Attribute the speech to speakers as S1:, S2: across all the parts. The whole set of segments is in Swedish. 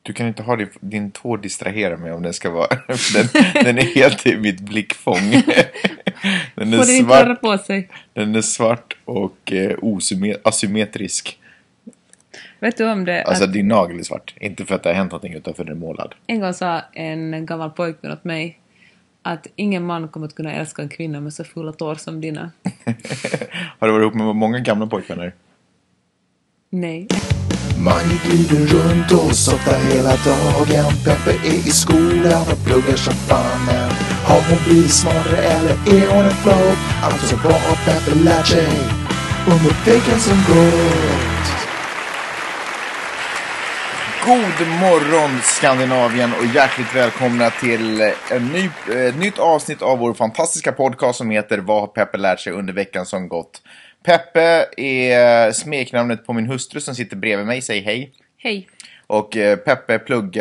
S1: Du kan inte ha din tå distrahera mig om den ska vara... den är helt i mitt blickfång. Den är
S2: Får den inte röra på sig?
S1: Den är svart och asymmetrisk.
S2: Vet du om det?
S1: Alltså din nagel är svart. Inte för att det har hänt någonting utan för den är målad.
S2: En gång sa en gammal pojkvän åt mig att ingen man kommer att kunna älska en kvinna med så fulla tår som dina.
S1: Har du varit ihop med många gamla pojkvänner?
S2: Nej.
S3: Man glider runt och softar hela dagen. Peppe är i skolan och pluggar som fan. Men har hon blivit smartare eller är hon en flow? Alltså vad har Peppe lärt sig under veckan som gått?
S1: God morgon Skandinavien och hjärtligt välkomna till ett nytt avsnitt av vår fantastiska podcast som heter Vad har Peppe lärt sig under veckan som gått? Peppe är smeknamnet på min hustru som sitter bredvid mig. Säg hej.
S2: Hej.
S1: Och Peppe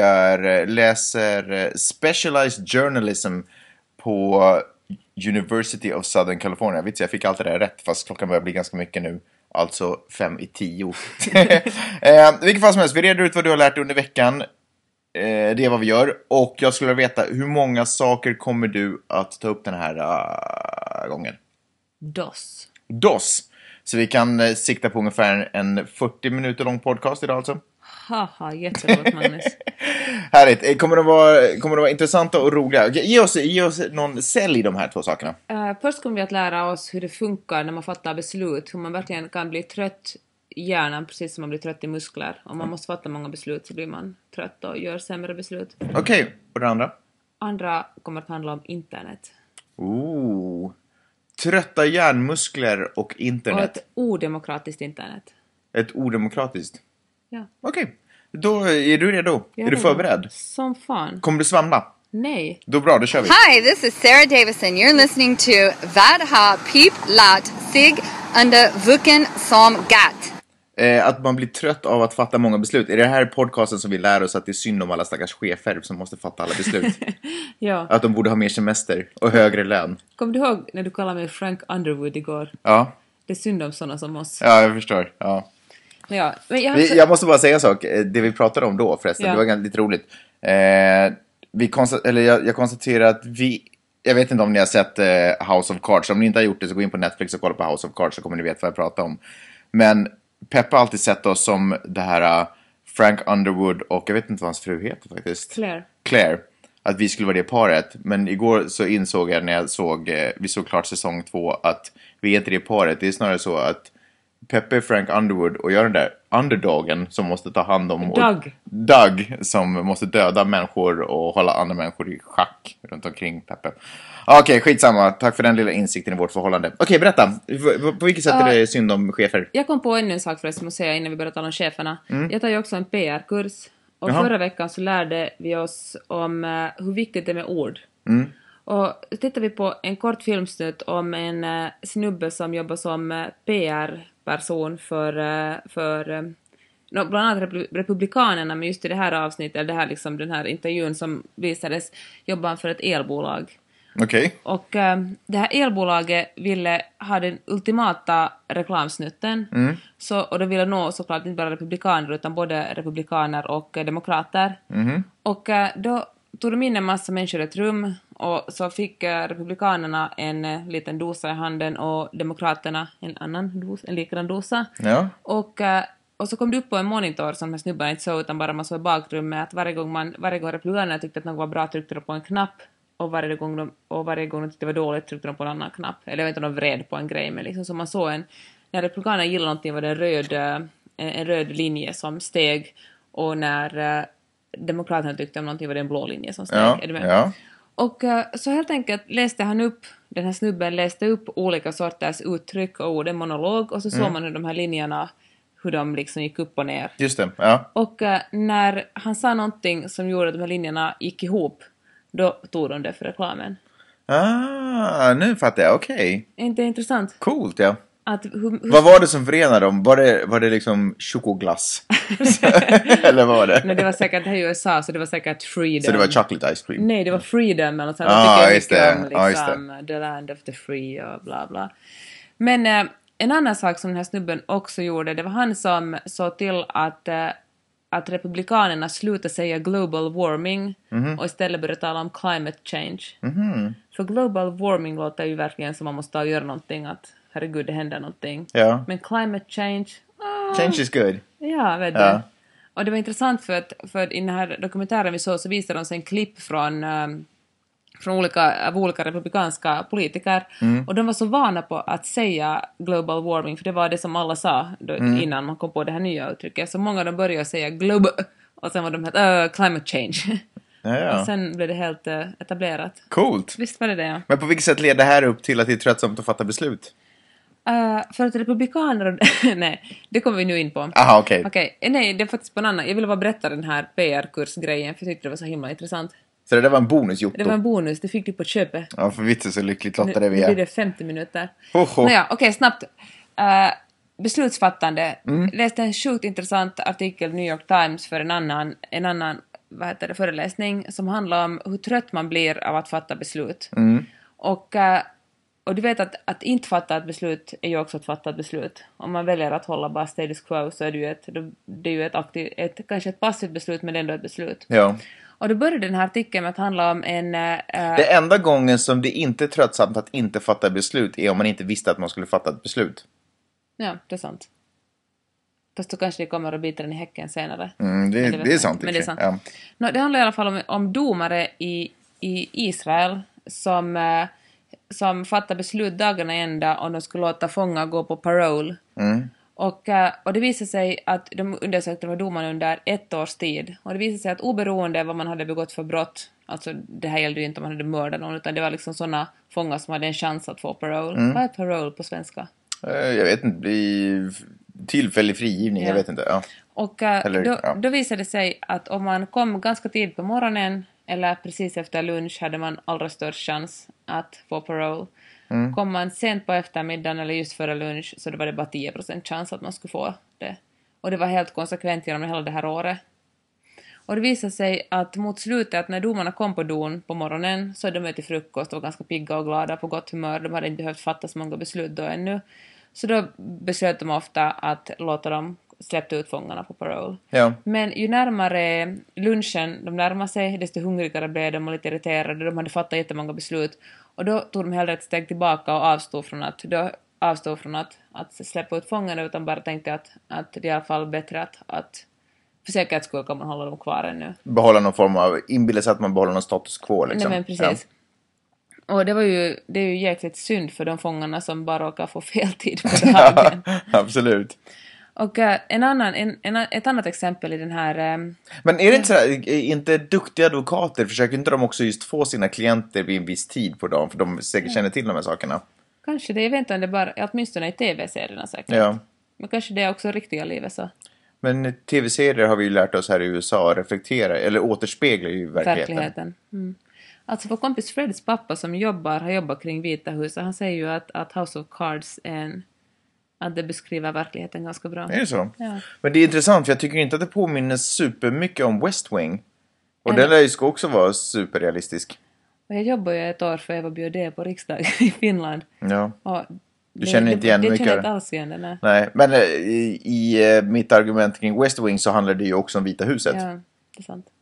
S1: läser Specialized Journalism på University of Southern California. Jag vet inte, jag fick allt det där rätt fast klockan börjar bli ganska mycket nu. Alltså 5:10. Vilket fall som helst, vi reder ut vad du har lärt dig under veckan. Det är vad vi gör. Och jag skulle vilja veta, hur många saker kommer du att ta upp den här gången? DOS. Så vi kan sikta på ungefär en 40 minuter lång podcast idag alltså.
S2: Haha, jätteroligt Magnus.
S1: Härligt. Kommer det vara intressanta och roliga? Ge oss någon sälj i de här två sakerna.
S2: Först kommer vi att lära oss hur det funkar när man fattar beslut. Hur man verkligen kan bli trött i hjärnan precis som man blir trött i muskler. Om man måste fatta många beslut så blir man trött och gör sämre beslut.
S1: Okej, och det andra?
S2: Andra kommer att handla om internet.
S1: Trötta hjärnmuskler och internet.
S2: Och ett odemokratiskt internet.
S1: Ett odemokratiskt?
S2: Ja.
S1: Okej, då är du redo? Är du förberedd?
S2: Som fan.
S1: Kommer du svamla?
S2: Nej.
S1: Då bra, då kör vi.
S4: Hi, this is Sarah Davison. You're listening to Vad har Pip lat sig under veckan som gått?
S1: Att man blir trött av att fatta många beslut. Är det här podcasten som vi lär oss att det är synd om alla stackars chefer som måste fatta alla beslut?
S2: Ja.
S1: Att de borde ha mer semester och högre lön.
S2: Kommer du ihåg när du kallade mig Frank Underwood igår?
S1: Ja.
S2: Det är synd om sådana som oss.
S1: Ja, jag förstår. Ja.
S2: Ja, men
S1: Jag måste bara säga en sak. Det vi pratade om då förresten,
S2: Ja.
S1: det var lite roligt. Jag konstaterar att jag vet inte om ni har sett House of Cards. Om ni inte har gjort det så gå in på Netflix och kolla på House of Cards så kommer ni veta vad jag pratar om. Men Peppa har alltid sett oss som det här Frank Underwood och jag vet inte vad hans fru heter faktiskt. Claire. Att vi skulle vara det paret. Men igår så insåg jag när vi såg klart säsong 2 att vi är inte det paret. Det är snarare så att Peppe är Frank Underwood och gör den där underdogen som måste ta hand om... Doug som måste döda människor och hålla andra människor i schack runt omkring Peppe. Okej, skitsamma. Tack för den lilla insikten i vårt förhållande. Okej, berätta. På vilket sätt är det synd om chefer?
S2: Jag kom på ännu en sak förresten att säga innan vi börjar tala om cheferna. Jag tar ju också en PR-kurs. Och förra veckan så lärde vi oss om hur viktigt det är med ord. Och tittar vi på en kort filmsnutt om en snubbe som jobbar som PR-person för bland annat Republikanerna, men just i det här avsnittet, det här liksom, den här intervjun som visades, jobbar han för ett elbolag.
S1: Okej.
S2: Och det här elbolaget ville ha den ultimata reklamsnutten. Och de ville nå såklart inte bara republikaner utan både republikaner och demokrater. Och då tog de in en massa människor i ett rum och så fick republikanerna en liten dosa i handen och demokraterna en likadan dosa.
S1: Ja.
S2: Och så kom det upp på en monitor som de här snubbarna inte såg utan bara man såg i bakrummet att varje gång republikanerna tyckte att något var bra tryckte de på en knapp och varje gång de tyckte det var dåligt tryckte de på en annan knapp. Eller jag vet inte om de vred på en grej, men liksom så man såg när republikanerna gillade någonting var det en röd linje som steg och när demokraterna tyckte om någonting var det en blå linje som steg. Är du med?
S1: Ja.
S2: Och så helt enkelt den här snubben läste upp olika sorters uttryck och ord, en monolog och så såg man hur de här linjerna hur de liksom gick upp och ner.
S1: Just det, ja.
S2: Och när han sa någonting som gjorde att de här linjerna gick ihop då tog de det för reklamen.
S1: Nu fattar jag, okej.
S2: Är inte det intressant?
S1: Coolt, ja.
S2: Vad
S1: var det som förenade dem? Var det liksom chokoglass? Eller vad var det?
S2: Nej, det var säkert här i USA så det var säkert freedom.
S1: Så det var chocolate ice cream?
S2: Nej, det var freedom eller så.
S1: Just det.
S2: The land of the free och bla bla. Men en annan sak som den här snubben också gjorde, det var han som såg till att att republikanerna slutar säga global warming och istället börjar tala om climate change. För global warming låter ju verkligen som man måste göra någonting, att herregud det händer någonting.
S1: Ja.
S2: Men climate change...
S1: Change is good.
S2: Ja, vet du. Och det var intressant för i den här dokumentären vi såg så visade de sig en klipp från olika republikanska politiker. Och de var så vana på att säga global warming, för det var det som alla sa innan man kom på det här nya uttrycket. Så många av dem började säga global, och sen var de climate change.
S1: Ja.
S2: Och sen blev det helt etablerat.
S1: Coolt.
S2: Visst var det, ja.
S1: Men på vilket sätt leder det här upp till att det är tröttsamt att fatta beslut?
S2: För att republikaner... nej, det kommer vi nu in på.
S1: Aha, okej.
S2: Okej, nej, det är faktiskt på en annan... Jag ville bara berätta den här PR-kursgrejen, för jag tyckte det var så himla intressant.
S1: Så det där var en bonus, Jotto?
S2: Det var en bonus, det fick du på köpet.
S1: Ja, för vitsen så lyckligt lottade vi
S2: Nu
S1: är.
S2: blir det 50 minuter.
S1: Hoho.
S2: Nåja, okej, snabbt. Beslutsfattande. Läste en sjukt intressant artikel i New York Times för en annan föreläsning som handlar om hur trött man blir av att fatta beslut. Och du vet att inte fatta ett beslut är ju också att fatta ett beslut. Om man väljer att hålla bara status quo så är det ju kanske ett passivt beslut, men ändå ett beslut.
S1: Ja.
S2: Och då började den här artikeln med att handla om en...
S1: Det enda gången som det inte är tröttsamt att inte fatta beslut är om man inte visste att man skulle fatta ett beslut.
S2: Ja, det är sant. Fast då kanske det kommer att bita den i häcken senare.
S1: Det är sant.
S2: Men det är sant.
S1: Ja.
S2: Det handlar i alla fall om domare i Israel som fattar beslut dagarna ända om de skulle låta fångar gå på parole. Och det visade sig att de undersökte de här domarna under 1 års tid. Och det visade sig att oberoende av vad man hade begått för brott, alltså det här gällde ju inte om man hade mördat någon, utan det var liksom sådana fångar som hade en chans att få parole. Vad är parole på svenska?
S1: Jag vet inte, tillfällig frigivning, jag vet inte. Ja.
S2: Och då visade det sig att om man kom ganska tidigt på morgonen eller precis efter lunch hade man allra störst chans att få parole. Kom man sent på eftermiddagen eller just före lunch så då var det bara 10% chans att man skulle få det. Och det var helt konsekvent genom hela det här året. Och det visade sig att mot slutet, att när domarna kom på don på morgonen så hade de ätit frukost och var ganska pigga och glada, på gott humör. De hade inte behövt fatta så många beslut då ännu. Så då beslöt de ofta att låta dem släppa ut fångarna på parole. Ja. Men ju närmare lunchen de närmade sig, desto hungrigare blev de och lite irriterade. De hade fattat jättemånga beslut. Och då tog de hellre ett steg tillbaka och avstod från att släppa ut fångarna, utan bara tänkte att det är i alla fall bättre att för säkerhets skull kan man hålla dem kvar ännu.
S1: Behålla någon form av inbillelse att man behåller någon status quo liksom.
S2: Nej, men precis. Ja. Och det är ju jäkligt synd för de fångarna som bara råkar få fel tid på dagen.
S1: Ja, absolut.
S2: Och ett annat exempel i den här...
S1: Men är det inte så här, inte duktiga advokater, försöker inte de också just få sina klienter vid en viss tid på dagen, för de säkert känner till de här sakerna? Kanske
S2: det, jag vet inte om det bara, åtminstone i tv-serierna säkert.
S1: Ja.
S2: Men kanske det är också riktiga livet så.
S1: Men tv-serier har vi ju lärt oss här i USA reflektera, eller återspeglar ju verkligheten.
S2: Alltså vår kompis Freds pappa som har jobbat kring Vita huset, han säger ju att House of Cards att det beskriver verkligheten ganska bra.
S1: Är det så?
S2: Ja.
S1: Men det är intressant, för jag tycker inte att det påminner supermycket om West Wing. Och den där ska också vara superrealistisk.
S2: Och jag jobbar ju ett år för Eva Bjöde på riksdagen i Finland.
S1: Ja.
S2: Och
S1: du känner inte igen mycket.
S2: Det känner jag inte alls igen.
S1: Nej, men i mitt argument kring West Wing så handlar det ju också om Vita huset.
S2: Ja, det är sant.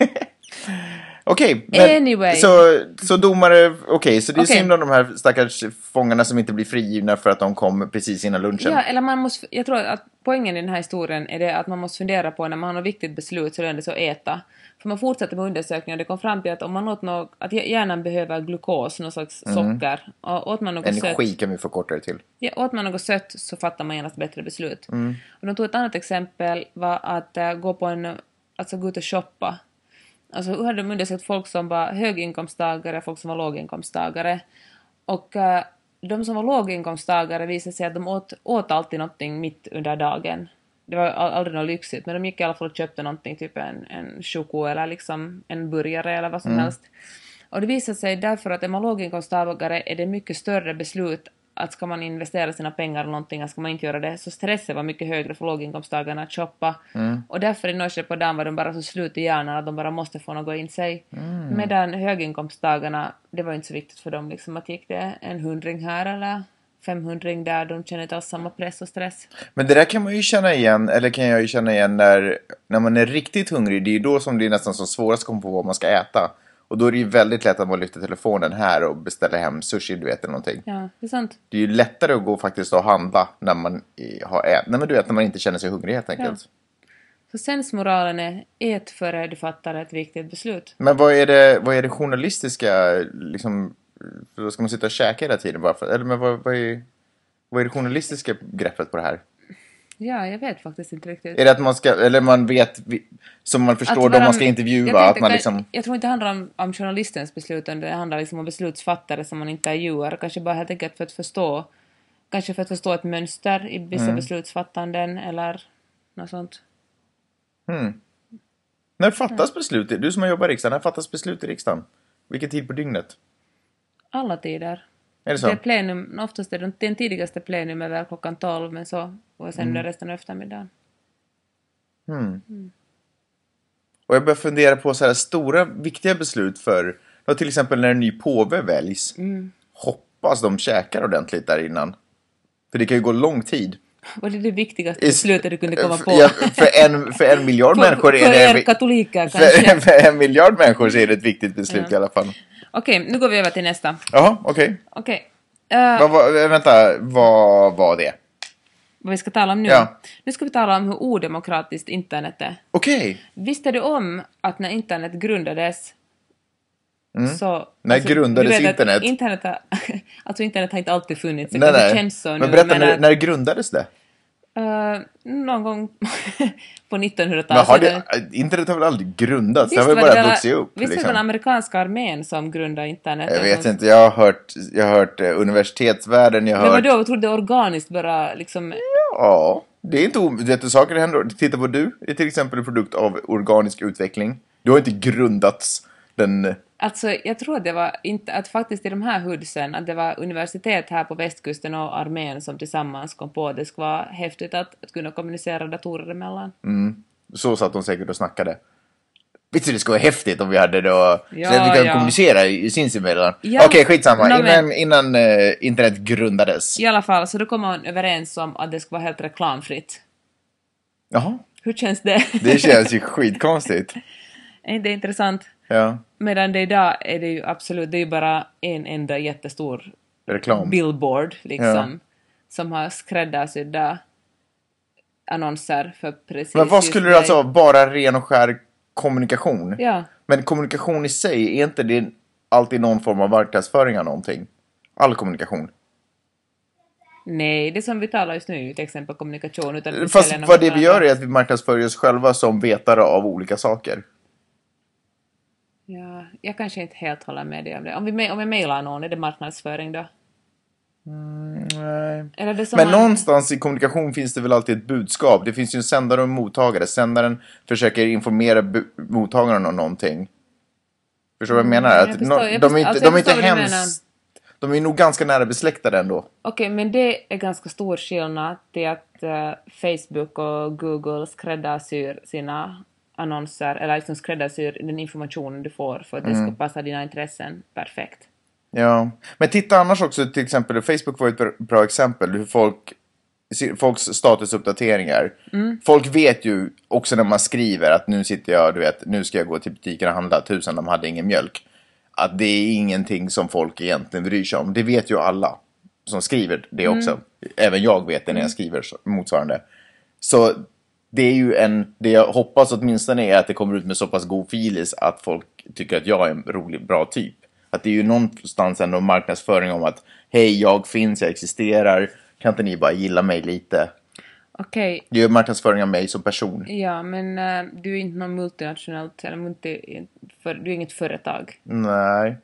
S1: Okej,
S2: anyway.
S1: Så domare, så det är synd om de här stackars fångarna som inte blir frigivna för att de kom precis innan lunchen.
S2: Ja, eller jag tror att poängen i den här historien är det att man måste fundera på när man har något viktigt beslut så är det så att äta. För man fortsätter med undersökningar, det kom fram till att om man åt något, att hjärnan behöver glukos, någon slags socker. Och åt man något
S1: energi kan vi förkorta det till.
S2: Ja, åt man något sött så fattar man genast bättre beslut. Och de tog ett annat exempel var att gå ut och shoppa. Alltså hur hade de undersökt folk som var höginkomsttagare, folk som var låginkomsttagare. Och de som var låginkomsttagare visade sig att de åt alltid någonting mitt under dagen. Det var aldrig något lyxigt, men de gick i alla fall och köpte någonting, typ en choko eller liksom en burgare eller vad som helst. Och det visade sig därför att är man låginkomsttagare är det mycket större beslut att ska man investera sina pengar eller någonting, ska man inte göra det, så stressen var mycket högre för låginkomsttagarna att shoppa. Och därför i Norge på dagen var de bara så slut i hjärnan att de bara måste få något in sig. Medan höginkomsttagarna, det var inte så viktigt för dem liksom, att gick det en 100 här eller 500 där de känner inte alls samma press och stress.
S1: Men det där kan man ju känna igen, eller kan jag ju känna igen när man är riktigt hungrig. Det är ju då som det är nästan som svårast att komma på vad man ska äta. Och då är det ju väldigt lätt att man lyfter telefonen här och beställer hem sushi, du vet, eller någonting.
S2: Ja, det är sant.
S1: Det är ju lättare att gå faktiskt och handla när man har nej, men du vet, när man inte känner sig hungrig helt enkelt.
S2: Ja. Så sensmoralen är ät före du fattar ett viktigt beslut.
S1: Men vad är det journalistiska, liksom, då ska man sitta och käka hela tiden bara för, eller men vad är det journalistiska greppet på det här?
S2: Ja, jag vet faktiskt inte riktigt.
S1: Är det att man ska, eller man vet, som man förstår då man ska intervjua, att man liksom...
S2: Jag tror inte det handlar om journalistens beslut, utan det handlar liksom om beslutsfattare som man intervjuar. Kanske bara helt enkelt för att förstå ett mönster i vissa beslutsfattanden eller något sånt.
S1: När fattas beslut? Du som har jobbat i riksdagen, när fattas beslut i riksdagen? Vilken tid på dygnet?
S2: Alla tider.
S1: Är det så?
S2: Det är plenum, oftast är den tidigaste plenum är väl 12:00, men så och sen resten av eftermiddagen.
S1: Och jag börjar fundera på så här stora, viktiga beslut för, till exempel när en ny påve väljs. Hoppas de käkar ordentligt där innan. För det kan ju gå lång tid.
S2: Vad är det viktigaste beslutet du kunde komma på?
S1: Ja, för en miljard människor är det...
S2: För er katoliker kanske.
S1: För en miljard människor så är det ett viktigt beslut i alla fall.
S2: Okej, nu går vi över till nästa.
S1: Jaha, okej. Vänta, vad var det?
S2: Vad vi ska tala om nu?
S1: Ja.
S2: Nu ska vi tala om hur odemokratiskt internet är.
S1: Okej.
S2: Visste du om att när internet grundades så...
S1: När grundades internet?
S2: Internet har inte alltid funnits.
S1: Nej.
S2: Det känns så
S1: men
S2: nu.
S1: berätta, när grundades det?
S2: Någon gång på 1900-talet.
S1: Internet har väl aldrig grundats? Det har väl bara vuxit upp?
S2: Visst
S1: liksom.
S2: var det den amerikanska armén som grundade internet?
S1: Jag vet inte, jag har hört universitetsvärlden,
S2: Men vadå, jag trodde organiskt bara liksom...
S1: Ja, det är inte vet du, saker händer. Titta på du, är till exempel en produkt av organisk utveckling. Du har inte grundats den...
S2: Alltså, jag tror att det var inte, att faktiskt i de här hoodsen, att det var universitet här på västkusten och armén som tillsammans kom på att det skulle vara häftigt att kunna kommunicera datorer emellan.
S1: Så satt de säkert och snackade. Visst det skulle vara häftigt om vi hade då, så att vi kan kommunicera i sinsemellan. Ja. Okej, skitsamma. Innan internet grundades.
S2: I alla fall, så då kom man överens om att det skulle vara helt reklamfritt.
S1: Jaha.
S2: Hur känns det?
S1: Det känns ju skitkonstigt.
S2: Är det intressant?
S1: Ja.
S2: Medan det idag är det ju absolut, det är ju bara en enda jättestor
S1: reklam.
S2: Billboard liksom, som har skräddarsydda annonser för precis.
S1: Men vad skulle det alltså vara? Bara ren och skär kommunikation?
S2: Ja.
S1: Men kommunikation i sig, är inte det alltid någon form av marknadsföring av någonting? All kommunikation?
S2: Nej, det som vi talar just nu är till exempel kommunikation. Utan
S1: fast vad det vi gör är att vi marknadsför oss själva som vetare av olika saker.
S2: Ja, jag kanske inte helt håller med dig om det. Om vi mailar någon, är det marknadsföring då?
S1: Nej.
S2: Eller det som
S1: men någonstans i kommunikation finns det väl alltid ett budskap. Det finns ju en sändare och en mottagare. Sändaren försöker informera mottagaren om någonting. Förstår du vad jag menar? Att de är inte hemskt. De är nog ganska nära besläktade ändå.
S2: Okej, men det är ganska stor skillnad till att Facebook och Google skräddarsyr sina annonser, eller liksom skräddarsyr den informationen du får för att det ska passa dina intressen perfekt.
S1: Ja, men titta annars också till exempel, Facebook var ett bra exempel hur folks statusuppdateringar. Folk vet ju också när man skriver att nu sitter jag, du vet, nu ska jag gå till butiken och handla 1000, de hade ingen mjölk. Att det är ingenting som folk egentligen bryr sig om. Det vet ju alla som skriver det också. Även jag vet det när jag skriver motsvarande. Så det är ju det jag hoppas åtminstone är att det kommer ut med så pass god filis att folk tycker att jag är en rolig, bra typ. Att det är ju någonstans ändå marknadsföring om att hej, jag finns, jag existerar. Kan inte ni bara gilla mig lite?
S2: Okej.
S1: Det är ju marknadsföring av mig som person.
S2: Ja, men du är inte någon multinationellt, eller du är inget företag.
S1: Nej.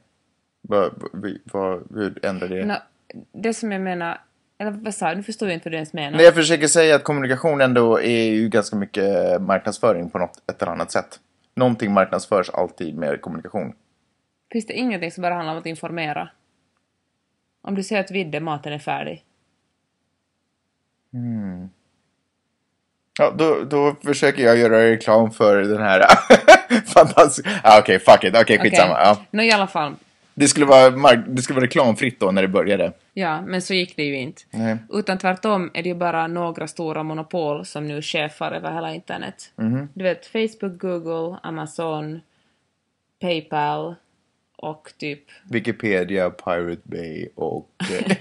S1: Hur ändrar det?
S2: Det som jag menar, eller vad sa du? Nu förstår jag inte vad du ens menar.
S1: Nej, jag försöker säga att kommunikation ändå är ju ganska mycket marknadsföring på ett eller annat sätt. Någonting marknadsförs alltid med kommunikation.
S2: Finns det ingenting som bara handlar om att informera? Om du säger att maten är färdig.
S1: Ja, då försöker jag göra reklam för den här fantastiska... Okej, fuck it. Okej, skitsamma. Ja.
S2: I alla fall.
S1: Det skulle vara reklamfritt då när det började.
S2: Ja, men så gick det ju inte.
S1: Nej.
S2: Utan tvärtom är det ju bara några stora monopol som nu chefar över hela internet. Du vet, Facebook, Google, Amazon, PayPal och typ...
S1: Wikipedia, Pirate Bay och...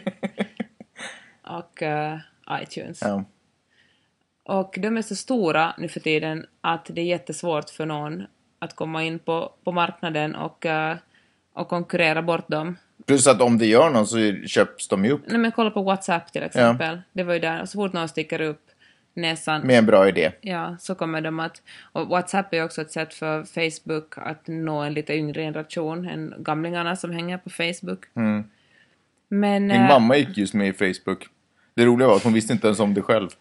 S2: och iTunes.
S1: ja.
S2: Och de är så stora nu för tiden att det är jättesvårt för någon att komma in på marknaden och konkurrera bort dem.
S1: Plus att om det gör någon så köps de ju upp.
S2: Nej, men kolla på WhatsApp till exempel. Ja. Det var ju där. Och så fort någon sticker upp näsan...
S1: Med en bra idé.
S2: Ja, så kommer de att... Och WhatsApp är också ett sätt för Facebook att nå en lite yngre generation än gamlingarna som hänger på Facebook. Men...
S1: Min mamma gick just med i Facebook. Det roliga var att hon visste inte ens om det själv.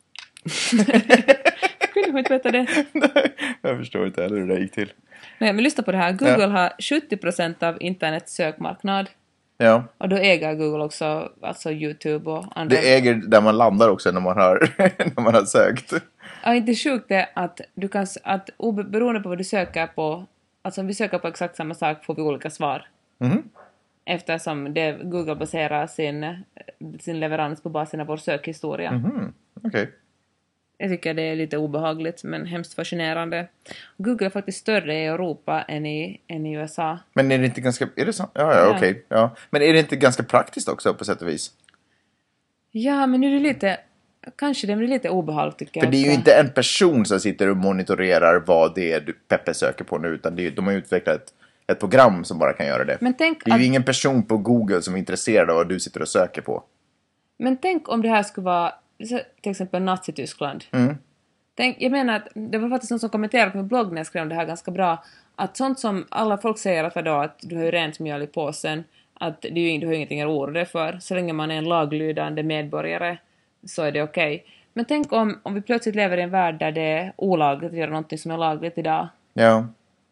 S2: Kunde hon inte veta det?
S1: Nej, jag förstår inte heller hur det gick till.
S2: Nej, men lyssna på det här. Google har 70% av internets sökmarknad.
S1: Ja.
S2: Och då äger Google också alltså YouTube och andra.
S1: Det äger där man landar också när man har, när man har sökt.
S2: Ja, inte sjukt det att du kan... Att beroende på vad du söker på... Alltså om vi söker på exakt samma sak får vi olika svar. Eftersom Google baserar sin leverans på basen av vår sökhistoria.
S1: Okej.
S2: Jag tycker det är lite obehagligt men hemskt fascinerande. Google är faktiskt större i Europa än i USA.
S1: Men är det inte ganska... Är det så? Ja. Okej. Ja. Men är det inte ganska praktiskt också på sätt och vis?
S2: Ja, men nu är det lite... Kanske det blir lite obehagligt tycker jag.
S1: För det är ju inte en person som sitter och monitorerar vad det är Peppe söker på nu. Utan de har utvecklat ett program som bara kan göra det.
S2: Men tänk
S1: det är ju ingen person på Google som är intresserad av vad du sitter och söker på.
S2: Men tänk om det här skulle vara till exempel Nazi-Tyskland. Jag menar att det var faktiskt någon som kommenterade på min blogg när jag skrev om det här ganska bra. Att sånt som alla folk säger att du har ju rent mjöl i påsen. Att du har ingenting att oroa dig för. Så länge man är en laglydande medborgare så är det okej. Men tänk om vi plötsligt lever i en värld där det är olagligt att göra någonting som är lagligt idag.
S1: Ja.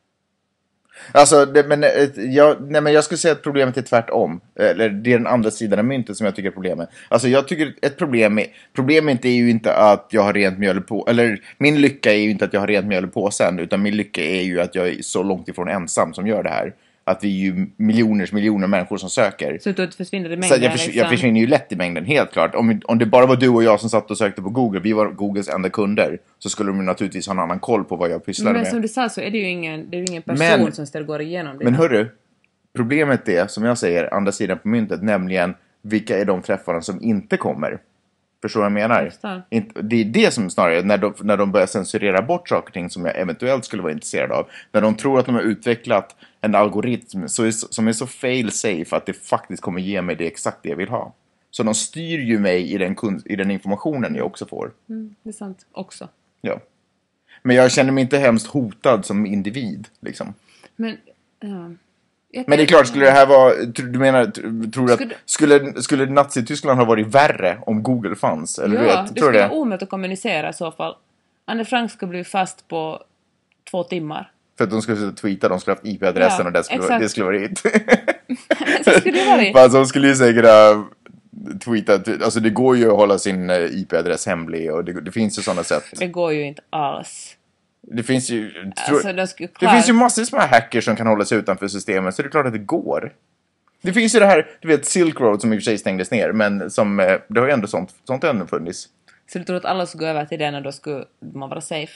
S1: Alltså, men jag skulle säga att problemet är tvärtom. Eller det är den andra sidan av myntet som jag tycker är problemet. Alltså jag tycker ett problemet är ju inte att jag har rent mjöl på, eller min lycka är ju inte att jag har rent mjöl på sen, utan min lycka är ju att jag är så långt ifrån ensam som gör det här. Att vi är ju miljoner människor som söker.
S2: Så du försvinner i mängden?
S1: Så jag försvinner ju lätt i mängden, helt klart. Om det bara var du och jag som satt och sökte på Google, vi var Googles enda kunder, så skulle de naturligtvis ha en annan koll på vad jag pysslade med.
S2: Men som du sa så är det ju ingen person som ställer går igenom det.
S1: Men hörru, problemet är, som jag säger, andra sidan på myntet, nämligen vilka är de träffarna som inte kommer? Förstår vad jag menar? Det är det som snarare, när de börjar censurera bort saker och ting som jag eventuellt skulle vara intresserad av. När de tror att de har utvecklat en algoritm som är så fail-safe att det faktiskt kommer ge mig det exakt det jag vill ha. Så de styr ju mig i den informationen jag också får.
S2: Det är sant, också.
S1: Ja. Men jag känner mig inte hemskt hotad som individ, liksom.
S2: Men
S1: det är klart, skulle det här vara... Du menar, tror du att... Skulle Nazi-Tyskland ha varit värre om Google fanns? Eller
S2: ja, det skulle vara omöjligt att kommunicera i så fall. Anne Frank skulle bli fast på 2 timmar.
S1: För att de skulle tweeta, de skulle ha haft IP-adressen och det skulle vara hit.
S2: Så skulle det vara.
S1: Fast de skulle ju säkert ha tweetat... Alltså det går ju att hålla sin IP-adress hemlig och det finns ju sådana sätt.
S2: Det går ju inte alls.
S1: Det finns ju...
S2: det
S1: finns ju massor med hackers som kan hålla sig utanför systemet, så det är klart att det går. Det finns ju det här, du vet, Silk Road som i och för sig stängdes ner, men som, det har ju ändå sånt har ändå funnits.
S2: Så du tror att alla skulle gå över till den och då skulle man vara safe?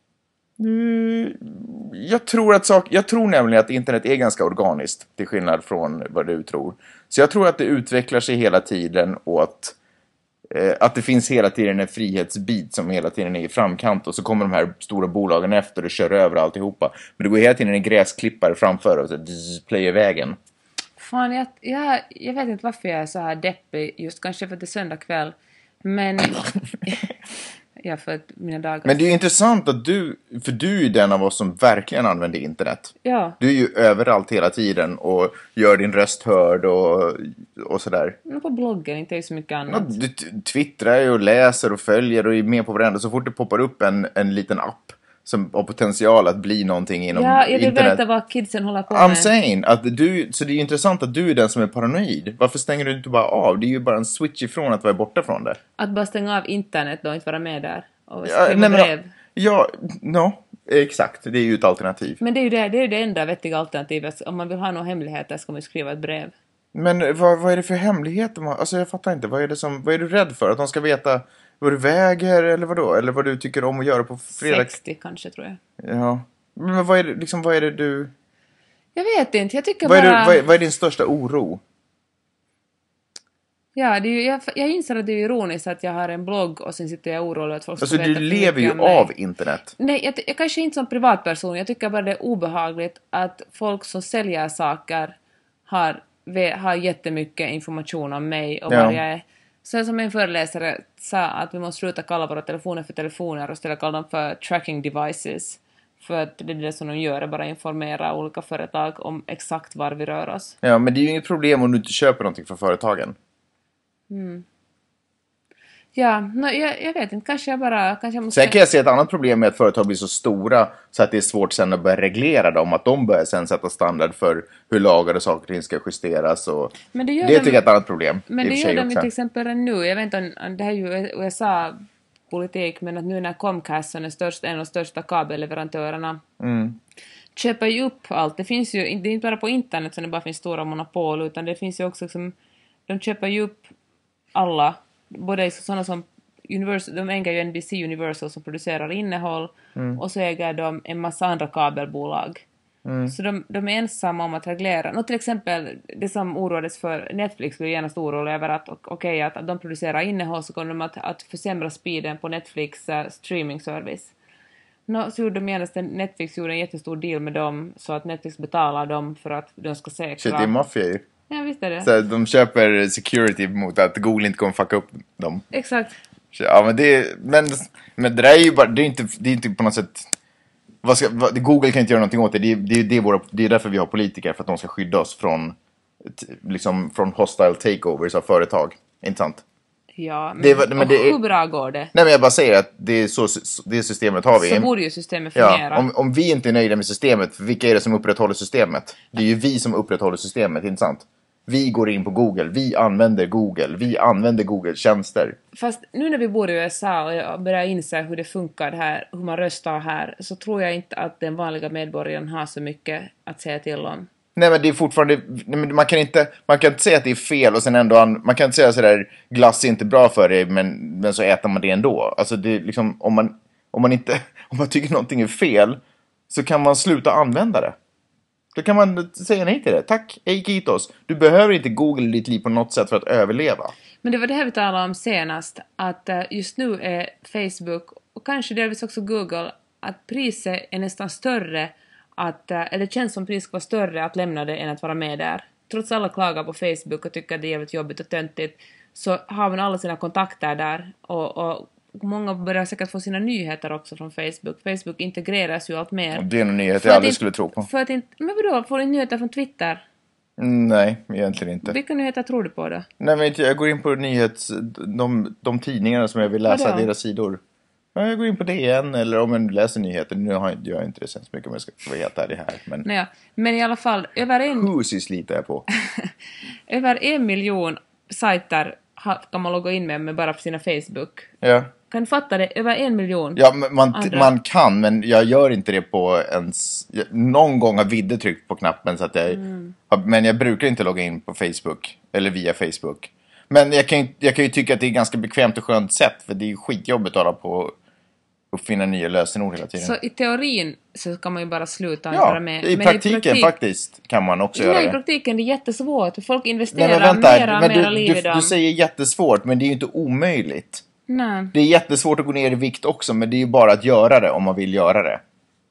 S1: Jag tror nämligen att internet är ganska organiskt, till skillnad från vad du tror. Så jag tror att det utvecklar sig hela tiden och att det finns hela tiden en frihetsbit som hela tiden är i framkant, och så kommer de här stora bolagen efter och kör över alltihopa. Men det går hela tiden en gräsklippare framför och så plöjer vägen.
S2: Fan, jag vet inte varför jag är så här deppig, just kanske för att det är söndag kväll. Men ja, för att mina dagar...
S1: Men det är ju intressant att du är den av oss som verkligen använder internet.
S2: Ja.
S1: Du är ju överallt hela tiden och gör din röst hörd och sådär.
S2: Men på bloggen inte är så mycket annat.
S1: Ja, du twittrar ju och läser och följer och är med på varandra. Så fort det poppar upp en liten app som har potential att bli någonting inom internet.
S2: Ja, jag vill veta vad kidsen håller på med.
S1: I'm saying, så det är ju intressant att du är den som är paranoid. Varför stänger du inte bara av? Det är ju bara en switch ifrån att vara borta från det.
S2: Att bara stänga av internet då, inte vara med där. Och skriva brev.
S1: Exakt. Det är ju ett alternativ.
S2: Men det är ju det enda vettiga alternativet. Om man vill ha några hemligheter ska man skriva ett brev.
S1: Men vad är det för hemligheter? Alltså jag fattar inte. Vad är du rädd för? Att de ska veta vad du väger eller vad då? Eller vad du tycker om att göra på fredag?
S2: 60 kanske, tror jag.
S1: Ja. Men vad är det du...
S2: Jag vet inte, jag tycker
S1: vad
S2: bara...
S1: Vad är din största oro?
S2: Ja, det är ju, jag inser att det är ironiskt att jag har en blogg och sen sitter jag orolig att folk ska
S1: Alltså
S2: veta
S1: du
S2: för
S1: lever
S2: mycket
S1: ju
S2: om mig.
S1: av internet.
S2: Nej, jag kanske inte som privatperson. Jag tycker bara det är obehagligt att folk som säljer saker har jättemycket information om mig och vad jag är. Så som en föreläsare sa att vi måste sluta kalla våra telefoner för telefoner och istället kalla dem för tracking devices. För att det är det som de gör, bara informera olika företag om exakt var vi rör oss.
S1: Ja, men det är ju inget problem om du inte köper någonting från företagen.
S2: Ja, jag vet inte. Kanske jag måste...
S1: Sen kan jag se ett annat problem med att företag blir så stora så att det är svårt sen att börja reglera dem. Att de börjar sen sätta standard för hur lagar och saker och ting ska justeras. Och
S2: Men det
S1: tycker jag är ett annat problem.
S2: Men det gör de ju till exempel nu. Jag vet inte om det här är ju USA-politik, men att nu när Comcast som är en av de största kabelleverantörerna köper ju upp allt. Det finns ju, det är inte bara på internet som det bara finns stora monopol, utan det finns ju också som, de köper ju upp alla, både sådana som Universal, de äger ju NBC Universal som producerar innehåll och så äger de en massa andra kabelbolag. Så de är ensamma om att reglera. Till exempel det som oroades för Netflix skulle genast orolig över att att de producerar innehåll, så kommer de att försämra speeden på Netflix streaming-service. Så gjorde de genast Netflix gjorde en jättestor deal med dem så att Netflix betalar dem för att de ska säkra.
S1: Shit, det är maffia ju.
S2: Ja, visst är det.
S1: Så de köper security mot att Google inte kommer fucka upp dem.
S2: Exakt.
S1: Ja, men det där är ju bara, det är inte på något sätt... Google kan inte göra någonting åt det. Det är därför vi har politiker, för att de ska skydda oss från hostile takeovers av företag. Inte sant?
S2: Ja, men hur bra går det?
S1: Nej, men jag bara säger att det systemet har vi.
S2: Så borde ju systemet fungera.
S1: Ja, om vi inte är nöjda med systemet, vilka är det som upprätthåller systemet? Det är ju vi som upprätthåller systemet, inte sant? Vi går in på Google, vi använder Google-tjänster.
S2: Fast nu när vi bor i USA och jag börjar inse hur det funkar här, hur man röstar här, så tror jag inte att den vanliga medborgaren har så mycket att säga till om.
S1: Nej, men det är fortfarande... Man kan inte säga att det är fel och sen ändå... Man kan inte säga sådär, glass är inte bra för dig, men så äter man det ändå. Alltså det är liksom... Om man tycker någonting är fel, så kan man sluta använda det. Då kan man säga nej till det. Tack, Eikitos. Du behöver inte Google i ditt liv på något sätt för att överleva.
S2: Men det var det här vi talade om senast. Att just nu är Facebook och kanske delvis också Google, att priset är nästan större eller känns som priset var större att lämna det än att vara med där. Trots alla klagar på Facebook och tycker att det är jävligt jobbigt och töntigt, så har man alla sina kontakter där och många börjar säkert få sina nyheter också från Facebook. Facebook integreras ju allt mer.
S1: Det är en nyhet jag aldrig skulle tro på.
S2: Men vadå, får du nyheter från Twitter?
S1: Nej, egentligen inte.
S2: Vilka nyheter tror du på då?
S1: Nej, men jag går in på de tidningarna som jag vill läsa, deras sidor. Jag går in på DN, eller om jag läser nyheter. Nu gör jag inte det så mycket om jag ska vara helt ärlig här.
S2: Men i alla fall,
S1: Husis litar jag på.
S2: över 1 miljon sajter kan man logga in med bara för sina Facebook.
S1: Ja.
S2: Kan du fatta det? Över 1 miljon.
S1: Ja, man kan, men jag gör inte det på någon gång har Vidde tryckt på knappen så att men jag brukar inte logga in på Facebook eller via Facebook. Men jag kan ju tycka att det är ganska bekvämt och skönt sätt, för det är ju skitjobbigt att hålla på och finna nya lösenord hela tiden.
S2: Så i teorin så kan man ju bara sluta
S1: vara
S2: med.
S1: I praktiken faktiskt kan man också göra det.
S2: I praktiken det är jättesvårt. Folk investerar mera liv i dem.
S1: Du säger jättesvårt, men det är ju inte omöjligt.
S2: Nej.
S1: Det är jättesvårt att gå ner i vikt också, men det är ju bara att göra det om man vill göra det.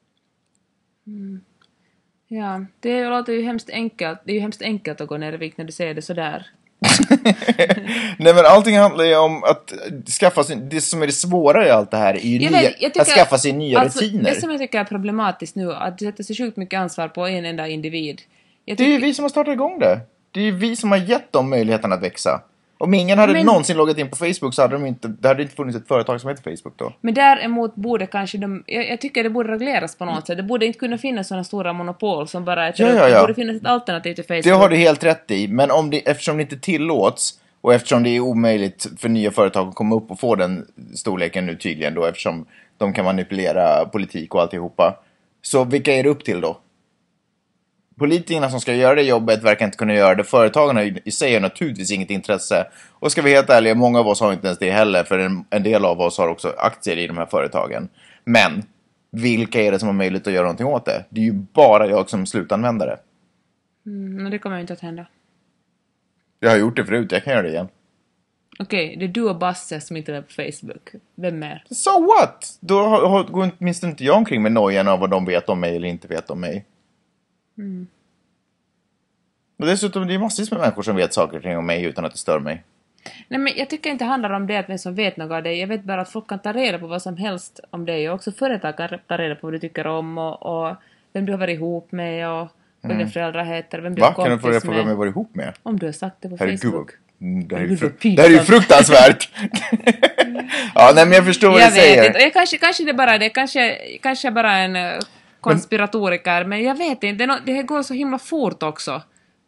S2: Ja, det låter ju hemskt enkelt. Det är ju hemskt enkelt att gå ner i vikt när du säger det sådär.
S1: Nej, men allting handlar ju om att skaffa sig, det som är det svåra i allt det här är ju att skaffa sig nya rutiner.
S2: Det som jag tycker är problematiskt nu, att det sätter sig sjukt mycket ansvar på en enda individ.
S1: Det är ju vi som har startat igång det. Det är ju vi som har gett dem möjligheten att växa. Om ingen hade någonsin loggat in på Facebook så hade det hade inte funnits ett företag som heter Facebook då. Men
S2: däremot borde kanske jag tycker det borde regleras på något sätt. Det borde inte kunna finnas sådana stora monopol som bara är det borde finnas ett alternativ till Facebook.
S1: Det har du helt rätt i, men eftersom det inte tillåts och eftersom det är omöjligt för nya företag att komma upp och få den storleken nu tydligen då, eftersom de kan manipulera politik och alltihopa. Så vilka är det upp till då? politikerna som ska göra det jobbet verkar inte kunna göra det. Företagarna i sig har naturligtvis inget intresse. Och ska vi helt ärliga, många av oss har inte ens det heller. För en del av oss har också aktier i de här företagen. Men vilka är det som har möjlighet att göra någonting åt det? Det är ju bara jag som slutanvändare.
S2: Men det kommer inte att hända.
S1: Jag har gjort det förut, jag kan göra det igen.
S2: Okej, det är du och Basse som inte är på Facebook. Vem mer?
S1: So what? Då går minst inte jag omkring med nojan av vad de vet om mig eller inte vet om mig. Och dessutom, det är massvis med människor som vet saker kring om mig utan att det stör mig.
S2: Nej, men jag tycker inte det handlar om det att vem som vet något av dig. Jag vet bara att folk kan ta reda på vad som helst om dig. Och också företag kan ta reda på vad du tycker om och vem du har varit ihop med och vad dina föräldrar heter. Vem du är kompis med.
S1: Kan du få reda på vem jag varit ihop med?
S2: Om du har sagt det på Facebook.
S1: Det här är ju fruktansvärt. Ja, nej, men jag förstår vad du säger.
S2: Jag vet inte. Kanske det bara det. Kanske bara en konspiratoriker. Men jag vet inte. Det går så himla fort också.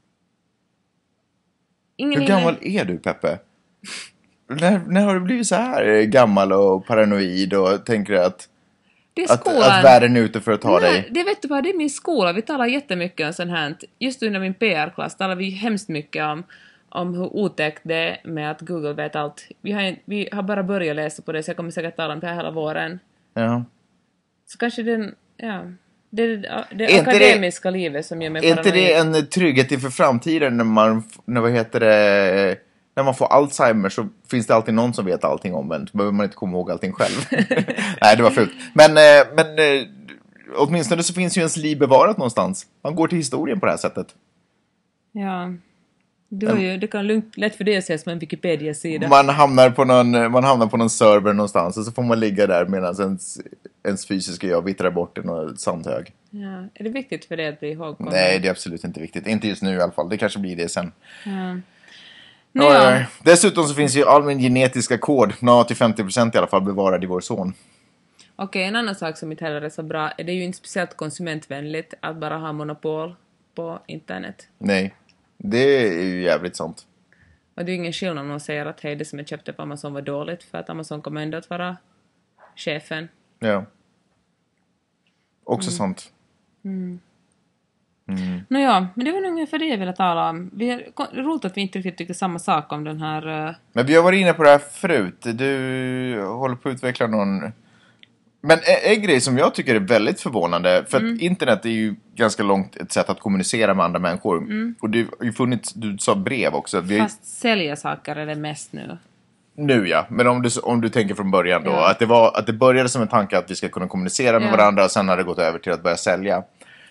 S1: Hur gammal är du, Peppe? När har du blivit så här gammal och paranoid och tänker att världen är ute för att ta dig?
S2: Det vet du vad, det är min skola. Vi talar jättemycket om sånt här. Just under min PR-klass talar vi hemskt mycket om hur otäckt det är med att Google vet allt. Vi har bara börjat läsa på det, så jag kommer säkert tala om det här hela våren.
S1: Ja.
S2: Så kanske det akademiska livet som gör mig paranoid.
S1: Är inte det en trygghet inför framtiden när man får Alzheimer så finns det alltid någon som vet allting om en. Så behöver man inte komma ihåg allting själv. Nej, det var fult. Men åtminstone så finns ju ens liv bevarat någonstans. Man går till historien på det här sättet.
S2: Ja. Det kan lätt för det att ses som en Wikipedia-sida.
S1: Man hamnar på någon server någonstans och så får man ligga där medan ens fysiska jag vittrar bort i någon sandhög.
S2: Ja. Är det viktigt för det att bli ihågkommen?
S1: Nej, det är absolut inte viktigt. Inte just nu i alla fall. Det kanske blir det sen.
S2: Ja.
S1: Ja. Dessutom så finns ju allmän genetiska kod. Till 50% i alla fall bevarad i vår son.
S2: Okej, en annan sak som inte heller är så bra. Det är ju inte speciellt konsumentvänligt att bara ha monopol på internet.
S1: Nej. Det är ju jävligt sant.
S2: Och det är ingen skillnad om någon säger att hej, det som jag köpte på Amazon var dåligt. För att Amazon kommer ändå att vara chefen.
S1: Ja. Också sant.
S2: Nåja, men det var nog ungefär det jag ville tala om. Det är roligt att vi inte riktigt tycker samma sak om den här...
S1: Men vi har varit inne på det här förut. Du håller på att utveckla någon... Men en grej som jag tycker är väldigt förvånande, för att internet är ju ganska långt ett sätt att kommunicera med andra människor. Och det har ju funnits, du sa brev också.
S2: Fast sälja saker är det mest nu.
S1: Nu ja, men om du tänker från början då, att det började som en tanke att vi ska kunna kommunicera med varandra och sen har det gått över till att börja sälja.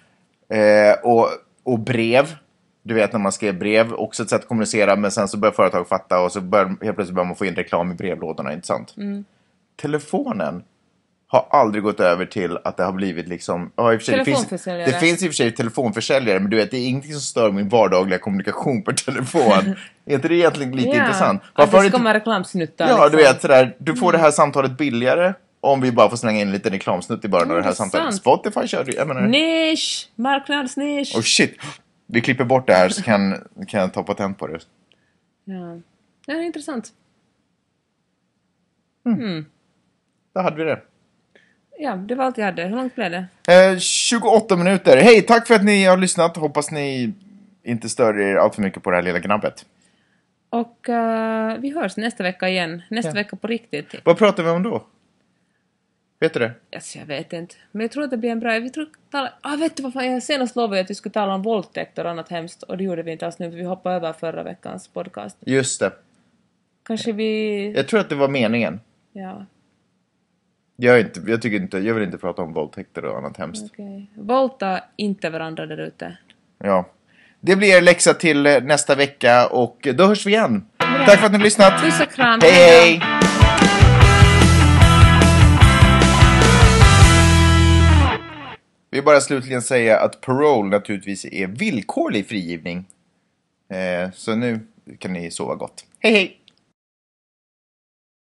S1: Och brev, du vet när man skrev brev, också ett sätt att kommunicera, men sen så börjar företag fatta och så helt plötsligt börjar man få in reklam i brevlådorna, inte sant? Telefonen har aldrig gått över till att det har blivit liksom... Ja, i och för sig, det finns i och för sig telefonförsäljare, men du vet, det är ingenting som stör min vardagliga kommunikation per telefon. Är inte det egentligen lite intressant?
S2: Varför att det ska komma reklamsnuttar.
S1: Ja, liksom. Du vet, sådär, du får det här samtalet billigare om vi bara får slänga in en liten reklamsnutt i början av det här samtalet. Spotify kör du, jag menar...
S2: Nisch! Marknadsnisch!
S1: Oh shit! Vi klipper bort det här så kan jag ta patent på det.
S2: Ja, det är intressant.
S1: Då hade vi det.
S2: Ja, det var allt jag hade. Hur långt blev det?
S1: 28 minuter. Hej, tack för att ni har lyssnat. Hoppas ni inte stör er allt för mycket på det här lilla gnabbet.
S2: Och vi hörs nästa vecka igen. Nästa vecka på riktigt.
S1: Vad pratar vi om då? Vet du det?
S2: Alltså, jag vet inte. Men jag tror att det blir en bra... vet du vad fan? Jag senast lovade att vi skulle tala om våldtäkter och annat hemskt. Och det gjorde vi inte alls nu. För vi hoppade över förra veckans podcast.
S1: Just det.
S2: Kanske vi...
S1: Jag tror att det var meningen.
S2: Ja.
S1: Jag vill inte prata om våldtäkter och annat hemskt.
S2: Okay. Våldta inte varandra där ute.
S1: Ja. Det blir läxa till nästa vecka och då hörs vi igen. Tack för att ni har lyssnat.
S2: Puss och kram.
S1: Hej! Vi vill bara slutligen säga att parole naturligtvis är villkorlig frigivning. Så nu kan ni sova gott. Hej hej!